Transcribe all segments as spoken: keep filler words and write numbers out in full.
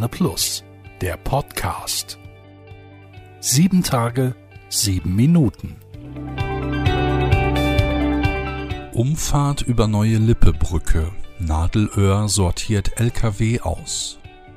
Werne Plus, der Podcast. Sieben Tage, sieben Minuten. Umfahrt über Neue Lippe-Brücke. Nadelöhr sortiert L K W aus.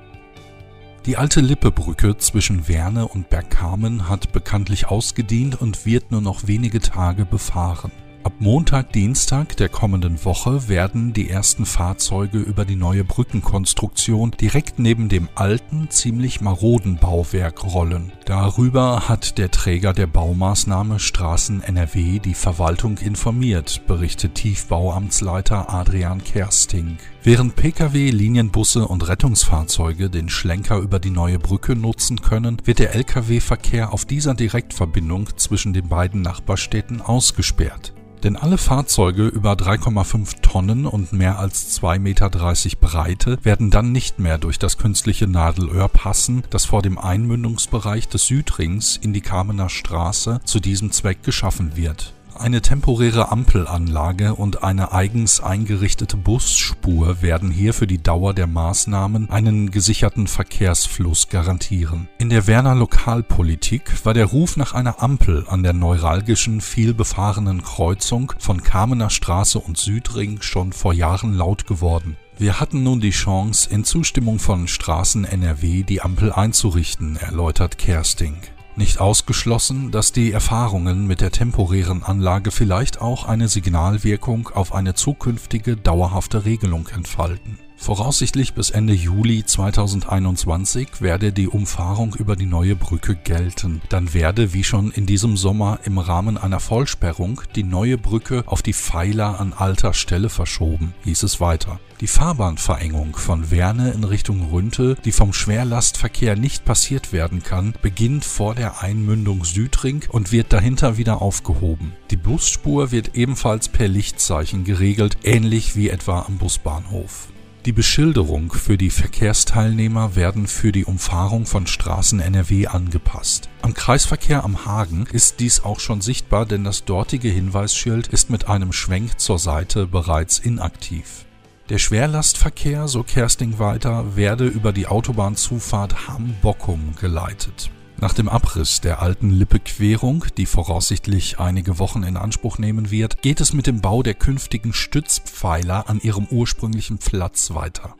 Die alte Lippe-Brücke zwischen Werne und Bergkamen hat bekanntlich ausgedient und wird nur noch wenige Tage befahren. Ab Montag, Dienstag der kommenden Woche werden die ersten Fahrzeuge über die neue Brückenkonstruktion direkt neben dem alten, ziemlich maroden Bauwerk rollen. Darüber hat der Träger der Baumaßnahme Straßen N R W die Verwaltung informiert, berichtet Tiefbauamtsleiter Adrian Kersting. Während Pkw, Linienbusse und Rettungsfahrzeuge den Schlenker über die neue Brücke nutzen können, wird der L K W-Verkehr auf dieser Direktverbindung zwischen den beiden Nachbarstädten ausgesperrt. Denn alle Fahrzeuge über drei Komma fünf Tonnen und mehr als zwei Komma dreißig Meter Breite werden dann nicht mehr durch das künstliche Nadelöhr passen, das vor dem Einmündungsbereich des Südrings in die Kamener Straße zu diesem Zweck geschaffen wird. Eine temporäre Ampelanlage und eine eigens eingerichtete Busspur werden hier für die Dauer der Maßnahmen einen gesicherten Verkehrsfluss garantieren. In der Werner Lokalpolitik war der Ruf nach einer Ampel an der neuralgischen, vielbefahrenen Kreuzung von Kamener Straße und Südring schon vor Jahren laut geworden. Wir hatten nun die Chance, in Zustimmung von Straßen N R W die Ampel einzurichten, erläutert Kersting. Nicht ausgeschlossen, dass die Erfahrungen mit der temporären Anlage vielleicht auch eine Signalwirkung auf eine zukünftige dauerhafte Regelung entfalten. Voraussichtlich bis Ende Juli zweitausendeinundzwanzig werde die Umfahrung über die neue Brücke gelten. Dann werde, wie schon in diesem Sommer im Rahmen einer Vollsperrung, die neue Brücke auf die Pfeiler an alter Stelle verschoben, hieß es weiter. Die Fahrbahnverengung von Werne in Richtung Rünte, die vom Schwerlastverkehr nicht passiert werden kann, beginnt vor der Einmündung Südring und wird dahinter wieder aufgehoben. Die Busspur wird ebenfalls per Lichtzeichen geregelt, ähnlich wie etwa am Busbahnhof. Die Beschilderung für die Verkehrsteilnehmer werden für die Umfahrung von Straßen N R W angepasst. Am Kreisverkehr am Hagen ist dies auch schon sichtbar, denn das dortige Hinweisschild ist mit einem Schwenk zur Seite bereits inaktiv. Der Schwerlastverkehr, so Kersting weiter, werde über die Autobahnzufahrt Hamm-Bockum geleitet. Nach dem Abriss der alten Lippe-Querung, die voraussichtlich einige Wochen in Anspruch nehmen wird, geht es mit dem Bau der künftigen Stützpfeiler an ihrem ursprünglichen Platz weiter.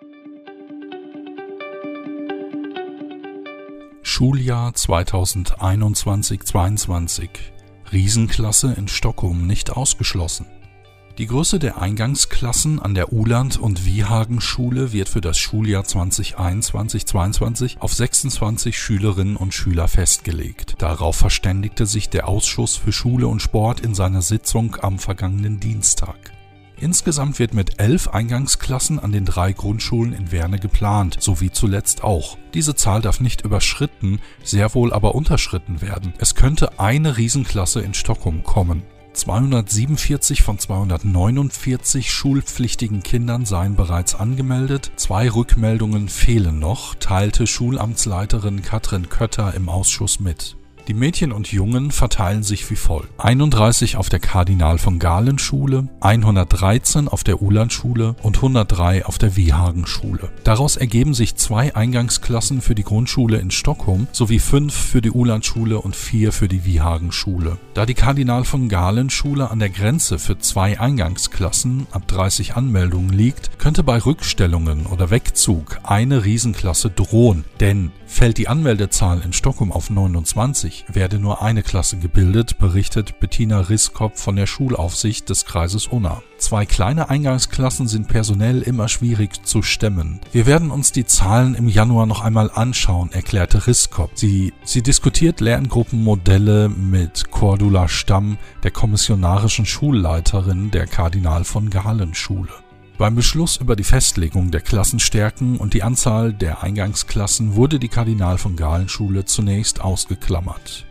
Schuljahr zweitausendeinundzwanzig zweiundzwanzig. Riesenklasse in Stockholm nicht ausgeschlossen. Die Größe der Eingangsklassen an der Uhland- und Wiehagen-Schule wird für das Schuljahr zweitausendeinundzwanzig zweiundzwanzig auf sechsundzwanzig Schülerinnen und Schüler festgelegt. Darauf verständigte sich der Ausschuss für Schule und Sport in seiner Sitzung am vergangenen Dienstag. Insgesamt wird mit elf Eingangsklassen an den drei Grundschulen in Werne geplant, so wie zuletzt auch. Diese Zahl darf nicht überschritten, sehr wohl aber unterschritten werden. Es könnte eine Riesenklasse in Stockholm kommen. zweihundertsiebenundvierzig von zweihundertneunundvierzig schulpflichtigen Kindern seien bereits angemeldet. Zwei Rückmeldungen fehlen noch, teilte Schulamtsleiterin Katrin Kötter im Ausschuss mit. Die Mädchen und Jungen verteilen sich wie folgt: einunddreißig auf der Kardinal von Galen Schule, hundertdreizehn auf der Uhland-Schule und hundertdrei auf der Wiehagen-Schule. Daraus ergeben sich zwei Eingangsklassen für die Grundschule in Stockholm sowie fünf für die Uhland-Schule und vier für die Wiehagen-Schule. Da die Kardinal von Galen Schule an der Grenze für zwei Eingangsklassen ab dreißig Anmeldungen liegt, könnte bei Rückstellungen oder Wegzug eine Riesenklasse drohen, denn fällt die Anmeldezahl in Stockholm auf neunundzwanzig, werde nur eine Klasse gebildet, berichtet Bettina Riskop von der Schulaufsicht des Kreises Unna. Zwei kleine Eingangsklassen sind personell immer schwierig zu stemmen. Wir werden uns die Zahlen im Januar noch einmal anschauen, erklärte Riskop. Sie, sie diskutiert Lerngruppenmodelle mit Cordula Stamm, der kommissionarischen Schulleiterin der Kardinal von Galen Schule. Beim Beschluss über die Festlegung der Klassenstärken und die Anzahl der Eingangsklassen wurde die Kardinal von Galen Schule zunächst ausgeklammert.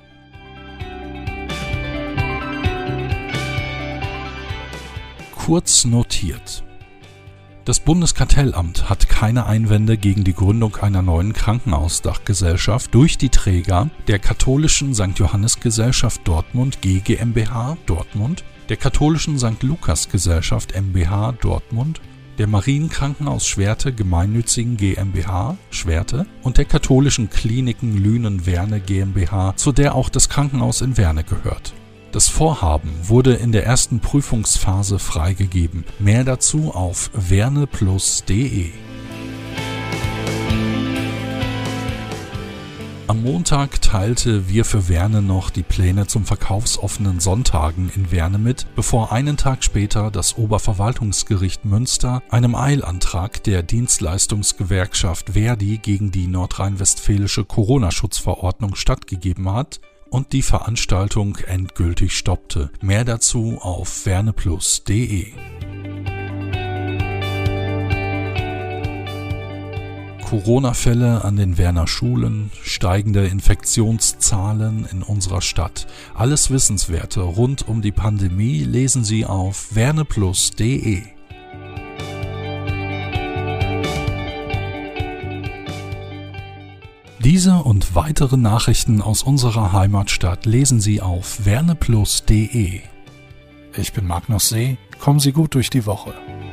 Kurz notiert. Das Bundeskartellamt hat keine Einwände gegen die Gründung einer neuen Krankenhausdachgesellschaft durch die Träger der katholischen Sankt Johannes Gesellschaft Dortmund G GmbH Dortmund, der katholischen Sankt Lukas Gesellschaft M b H Dortmund der Marienkrankenhaus Schwerte gemeinnützigen GmbH Schwerte und der katholischen Kliniken Lünen-Werne GmbH, zu der auch das Krankenhaus in Werne gehört. Das Vorhaben wurde in der ersten Prüfungsphase freigegeben. Mehr dazu auf werneplus punkt de. Am Montag teilte Wir für Werne noch die Pläne zum verkaufsoffenen Sonntagen in Werne mit, bevor einen Tag später das Oberverwaltungsgericht Münster einem Eilantrag der Dienstleistungsgewerkschaft Verdi gegen die nordrhein-westfälische Corona-Schutzverordnung stattgegeben hat und die Veranstaltung endgültig stoppte. Mehr dazu auf werneplus punkt de. Corona-Fälle an den Werner Schulen, steigende Infektionszahlen in unserer Stadt. Alles Wissenswerte rund um die Pandemie lesen Sie auf werneplus punkt de. Diese und weitere Nachrichten aus unserer Heimatstadt lesen Sie auf werneplus punkt de. Ich bin Magnus See, kommen Sie gut durch die Woche.